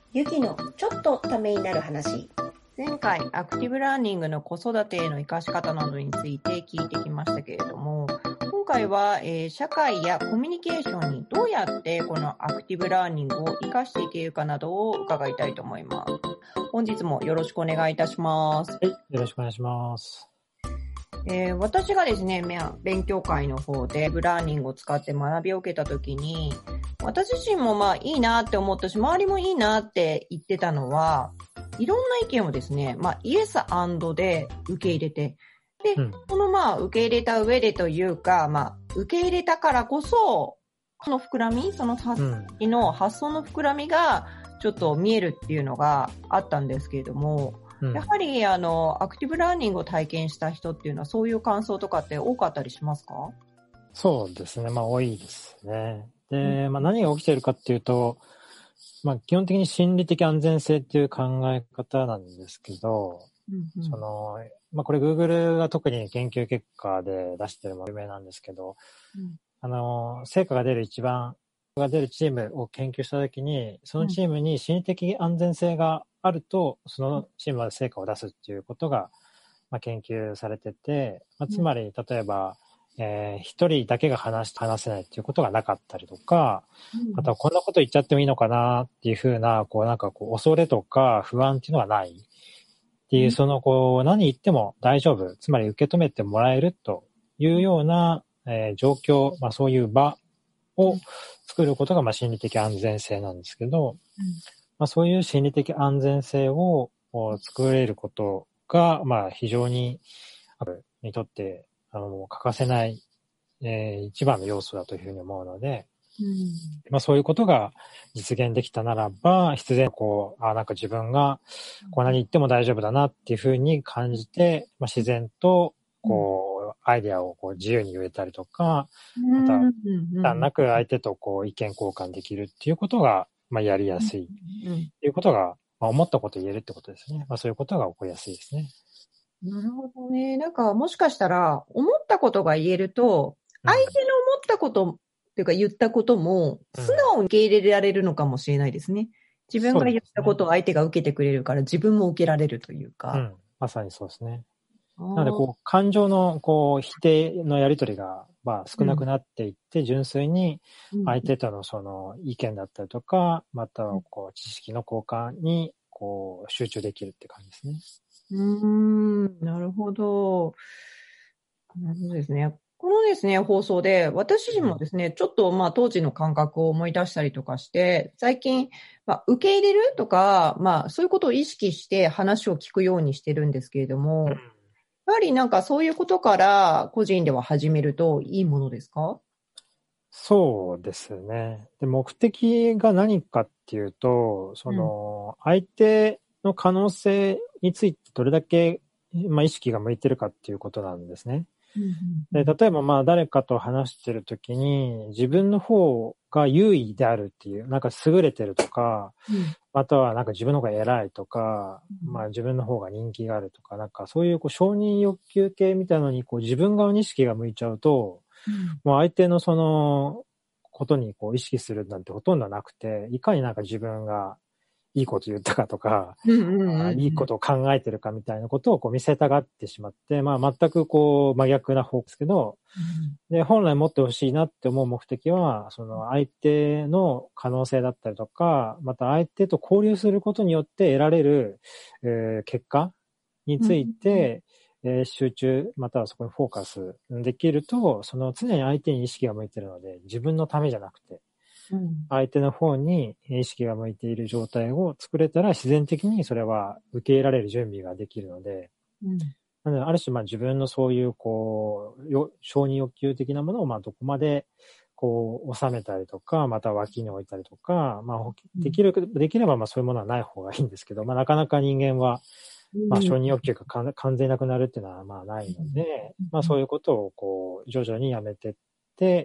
ゆきのちょっとためになる話。 前回アクティブラーニングの子育てへの生かし方などについて聞いてきましたけれども、今回は、社会やコミュニケーションにどうやってこのアクティブラーニングを生かしていけるかなどを伺いたいと思います。本日もよろしくお願いいたします。 はい、よろしくお願いします。 私がですね、勉強会の方でブラーニングを使って学びを受けたときに、私自身もいいなって思ったし、周りもいいなって言ってたのは、いろんな意見をですね、イエス&で受け入れて、で、この受け入れた上でというか、受け入れたからこそ、この膨らみ、その発想の膨らみがちょっと見えるっていうのがあったんですけれども、やはりアクティブラーニングを体験した人っていうのはそういう感想とかって多かったりしますか？ そうですね。多いですね。で、何が起きているかっていうと、基本的に心理的安全性っていう考え方なんですけど、これ Google が特に研究結果で出してるもの有名なんですけど、成果が出るチームを研究したときに、そのチームに心理的安全性があると、そのチームは成果を出すっていうことが、研究されてて、つまり、例えば、一人だけが話せないっていうことがなかったりとか、あとはこんなこと言っちゃってもいいのかなっていうふうな、恐れとか不安っていうのがないっていう、何言っても大丈夫、つまり受け止めてもらえるというような、状況、そういう場を作ることが、心理的安全性なんですけど、そういう心理的安全性を作れることが、非常に、にとって、欠かせない、一番の要素だというふうに思うので、そういうことが実現できたならば、必然自分が何言っても大丈夫だなっていうふうに感じて、自然とアイデアを自由に言えたりとか、また負担なく相手と意見交換できるっていうことがやりやすいっていうことが、思ったこと言えるってことですね。そういうことが起こりやすいですね。 なるほどね。もしかしたら思ったことが言えると、相手の思ったことっていうか言ったことも素直に受け入れられるのかもしれないですね。自分が言ったことを相手が受けてくれるから自分も受けられるというか。 まさにそうですね。なので、感情の否定のやり取りが少なくなっていって、純粋に相手とのその意見だったりとか、または知識の交換に集中できるって感じですね。 なるほど。なるほどですね。このですね、放送で、私自身もですね、ちょっと当時の感覚を思い出したりとかして、最近、受け入れるとか、そういうことを意識して話を聞くようにしてるんですけれども、やはりそういうことから個人では始めるといいものですか？ そうですね。で、目的が何かっていうと、相手の可能性についてどれだけ、意識が向いてるかっていうことなんですね。で、例えば誰かと話してるときに自分の方が優位であるっていう、優れてるとか、または自分の方が偉いとか、自分の方が人気があるとか、そういう承認欲求系みたいなのに自分側に意識が向いちゃうと、もう相手のそのことに意識するなんてほとんどなくて、いかに自分がいいこと言ったかとか、いいことを考えてるかみたいなことを見せたがってしまって、全く真逆な方ですけど、で、本来持ってほしいなって思う目的は、その相手の可能性だったりとか、また相手と交流することによって得られる、結果について、集中、またはそこにフォーカスできると、常に相手に意識が向いているので、自分のためじゃなくて、相手の方に意識が向いている状態を作れたら、自然的にそれは受け入れられる準備ができるので、なのである種自分のそういう承認欲求的なものをどこまで収めたりとか、また脇に置いたりとか、できればそういうものはない方がいいんですけど、なかなか人間は承認欲求が完全なくなるっていうのはないので、そういうことを徐々にやめてって、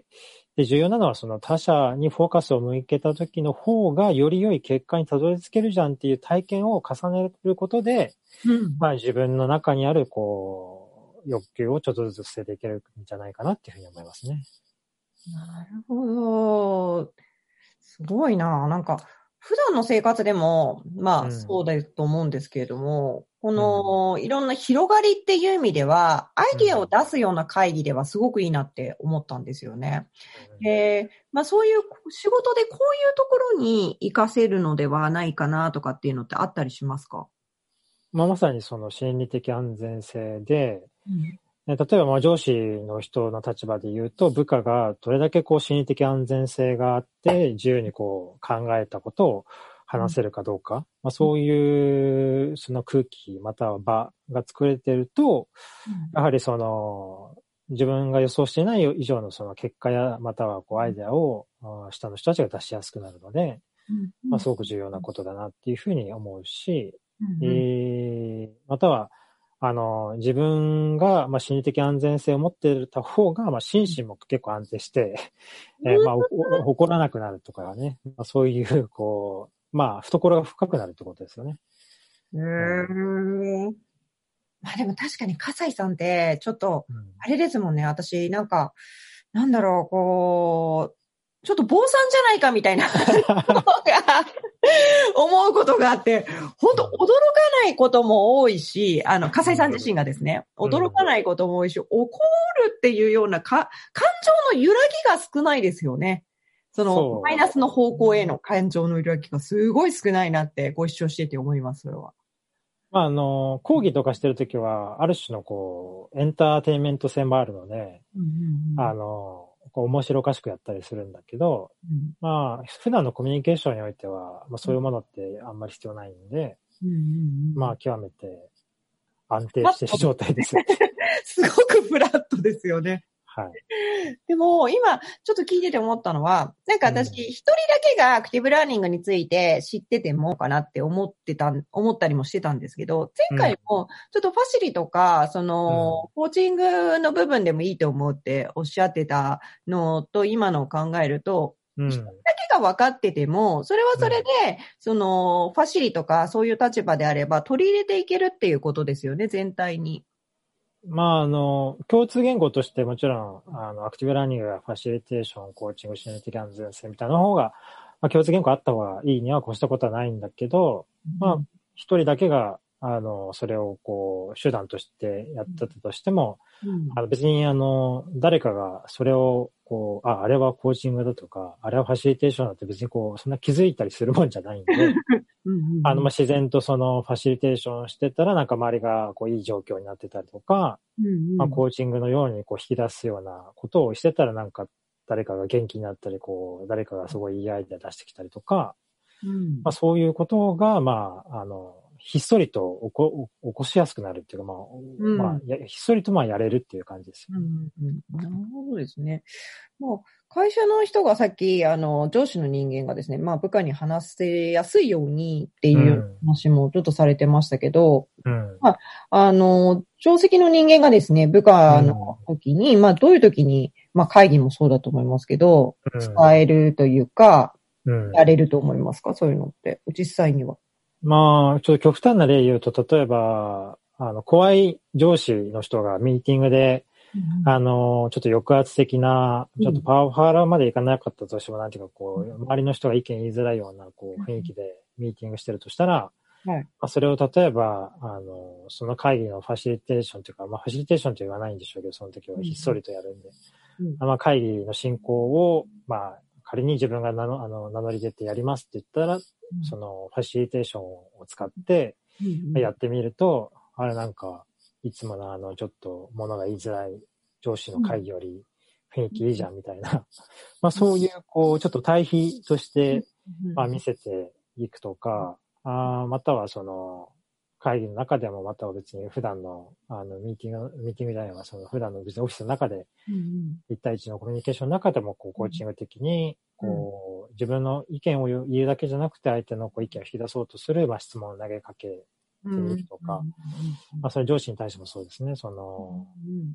で、重要なのはその他者にフォーカスを向けた時の方がより良い結果にたどり着けるじゃんっていう体験を重ねることで、自分の中にある欲求をちょっとずつ捨てていけるんじゃないかなっていうふうに思いますね。 なるほど。すごいな。 普段の生活でも、まあ、 うんそうだと思うんですけれども、この、いろんな広がりっていう意味では、アイディアを出すような会議ではすごくいいなって思ったんですよね。まあそういう仕事でこういうところに活かせるのではないかなとかっていうのってあったりしますか？ まあ、まさにその心理的安全性で、例えばまあ上司の人の立場で言うと、部下がどれだけこう心理的安全性があって、自由にこう考えたことを話せるかどうか、まあ、そういうその空気または場が作れてると、やはりその自分が予想していない以上のその結果やまたはこうアイデアを下の人たちが出しやすくなるので、まあ、すごく重要なことだなっていうふうに思うし、または自分が、まあ、心理的安全性を持っていた方が、まあ、心身も結構安定して、まあ、怒らなくなるとかね、まあ、そういう、こう、まあ、懐が深くなるってことですよね。 まあでも確かに笠井さんって、ちょっと、あれですもんね、私、なんか、なんだろう、こう、ちょっと坊さんじゃないかみたいな思うことがあって、本当驚かないことも多いし、笠井さん自身がですね、驚かないことも多いし、怒るっていうような感情の揺らぎが少ないですよね。その、マイナスの方向への感情の揺らぎがすごい少ないなってご一緒してて思います、それは。 まあ、講義とかしてるときは、ある種のこう、エンターテインメント性もあるので、こう面白おかしくやったりするんだけど、まあ、普段のコミュニケーションにおいては、まあ、そういうものってあんまり必要ないんで、まあ、極めて安定している状態です。 すごくフラットですよね。 はい。 でも、今、ちょっと聞いてて思ったのは、なんか私、一人だけがアクティブラーニングについて知っててもかなって思ったりもしてたんですけど、前回も、ちょっとファシリとか、その、コーチングの部分でもいいと思うっておっしゃってたのと、今のを考えると、一人だけが分かってても、それはそれで、その、ファシリとか、そういう立場であれば、取り入れていけるっていうことですよね、全体に。 まあ、共通言語としてもちろん、アクティブラーニングやファシリテーション、コーチング、心理的安全性みたいな方が、まあ、共通言語あった方がいいには越したことはないんだけど、まあ、一人だけが、それをこう、手段としてやってたとしても、別に誰かがそれをこう、あれはコーチングだとか、あれはファシリテーションだって別にこう、そんな気づいたりするもんじゃないんで、まあ、自然とそのファシリテーションしてたらなんか周りがこういい状況になってたりとか、まあ、コーチングのようにこう引き出すようなことをしてたらなんか誰かが元気になったり、こう、誰かがすごいいいアイデア出してきたりとか、まあ、そういうことが、まあ、ひっそりと起こしやすくなるっていうか、まあ、ひっそりとまあやれるっていう感じですよね。 なるほどですね。もう会社の人がさっき、上司の人間がですね、まあ部下に話せやすいようにっていう話もちょっとされてましたけど、まあ、上席の人間がですね、部下の時に、まあどういう時に、まあ会議もそうだと思いますけど、使えるというか、やれると思いますか？そういうのって、実際には。 まあ、ちょっと極端な例言うと、例えば、怖い上司の人がミーティングで、ちょっと抑圧的な、ちょっとパワハラまでいかなかったとしても、なんていうか、こう、周りの人が意見言いづらいような、こう、雰囲気でミーティングしてるとしたら、まあ、それを例えば、その会議のファシリテーションというか、まあ、ファシリテーションと言わないんでしょうけど、その時はひっそりとやるんで、まあ、会議の進行を、まあ、仮に自分が名乗り出てやりますって言ったら、そのファシリテーションを使ってやってみると、あれなんか、いつものちょっと物が言いづらい上司の会議より雰囲気いいじゃんみたいな。まあそういう、こう、ちょっと対比として、まあ見せていくとか、またはその、会議の中でも、または別に普段の、ミーティングじゃないわ、その普段の別にオフィスの中で、一対一のコミュニケーションの中でも、こう、コーチング的に、こう、自分の意見を言うだけじゃなくて、相手のこう意見を引き出そうとする、まあ、質問を投げかけてみるとか、まあ、それ上司に対してもそうですね、その、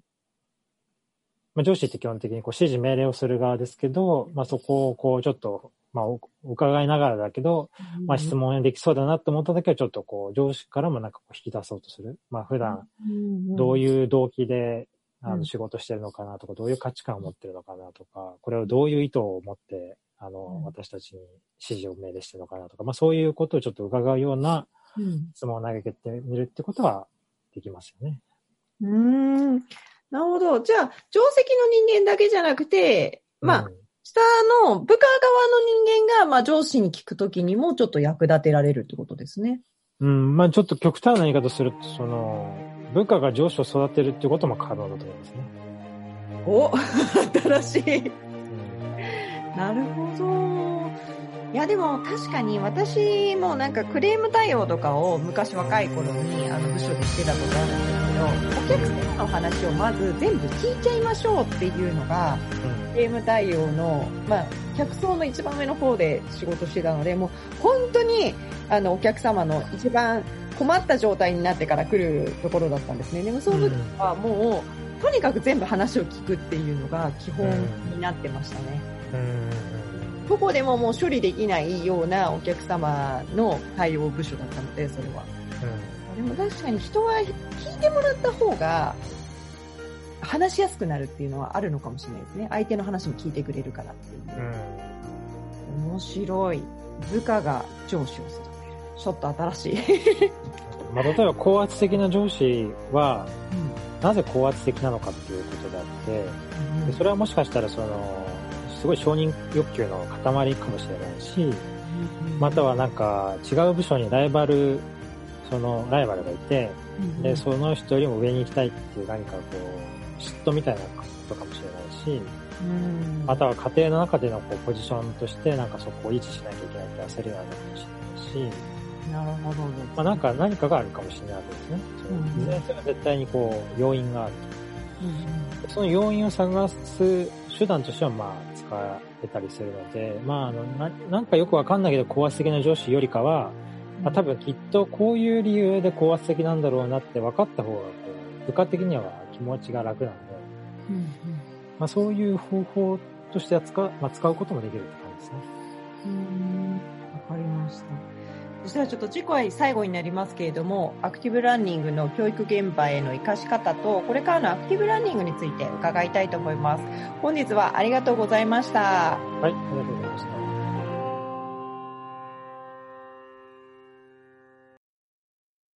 まあ、上司って基本的にこう指示命令をする側ですけど、まあ、そこをこう、ちょっと、まあ、伺いながらだけど、まあ、質問できそうだなと思った時は、ちょっとこう、上司からもなんかこう引き出そうとする。まあ、普段、どういう動機で、仕事してるのかなとか、どういう価値観を持ってるのかなとか、これをどういう意図を持って、 私たちに指示を命令してるのかなとか、まあそういうことをちょっと伺うような質問を投げてみるってことはできますよね。 なるほど。じゃあ、上席の人間だけじゃなくて、まあ、下の部下側の人間が、まあ上司に聞くときにもちょっと役立てられるってことですね。 まあちょっと極端な言い方すると、部下が上司を育てるっていうことも可能だと思いますね。 お、新しい。なるほど。いやでも確かに私もなんかクレーム対応とかを昔若い頃に部署でしてたことあるんですけど、お客様の話をまず全部聞いちゃいましょうっていうのが、クレーム対応の、まあ、客層の一番上の方で仕事してたので、もう本当にお客様の一番困った状態になってから来るところだったんですね。でもその時はもう、とにかく全部話を聞くっていうのが基本になってましたね。どこでももう処理できないようなお客様の対応部署だったので、それは。でも確かに人は聞いてもらった方が話しやすくなるっていうのはあるのかもしれないですね。相手の話も聞いてくれるからっていう。面白い。部下が上司を育てる。ちょっと新しい。 まあ、例えば高圧的な上司は、なぜ高圧的なのかっていうことであって、でそれはもしかしたらすごい承認欲求の塊かもしれないし、またはなんか違う部署にライバルがいて、で、その人よりも上に行きたいっていう何か嫉妬みたいなことかもしれないし、または家庭の中でのポジションとしてなんかそこを維持しなきゃいけないって焦りがあるかもしれないし、 なるほど。 まあなんか何かがあるかもしれないわけですね。いずれにせよ絶対に要因があると。その要因を探す手段としてはまあ使えたりするので、まあなんかよくわかんないけど高圧的な上司よりかは、まあ、多分きっとこういう理由で高圧的なんだろうなって分かった方が部下的には気持ちが楽なので、まあそういう方法として使うこともできるって感じですね。 わかりました。そしたらちょっと次回最後になりますけれども、アクティブランニングの教育現場への活かし方と、これからのアクティブランニングについて伺いたいと思います。本日はありがとうございました。 はい、ありがとうございました。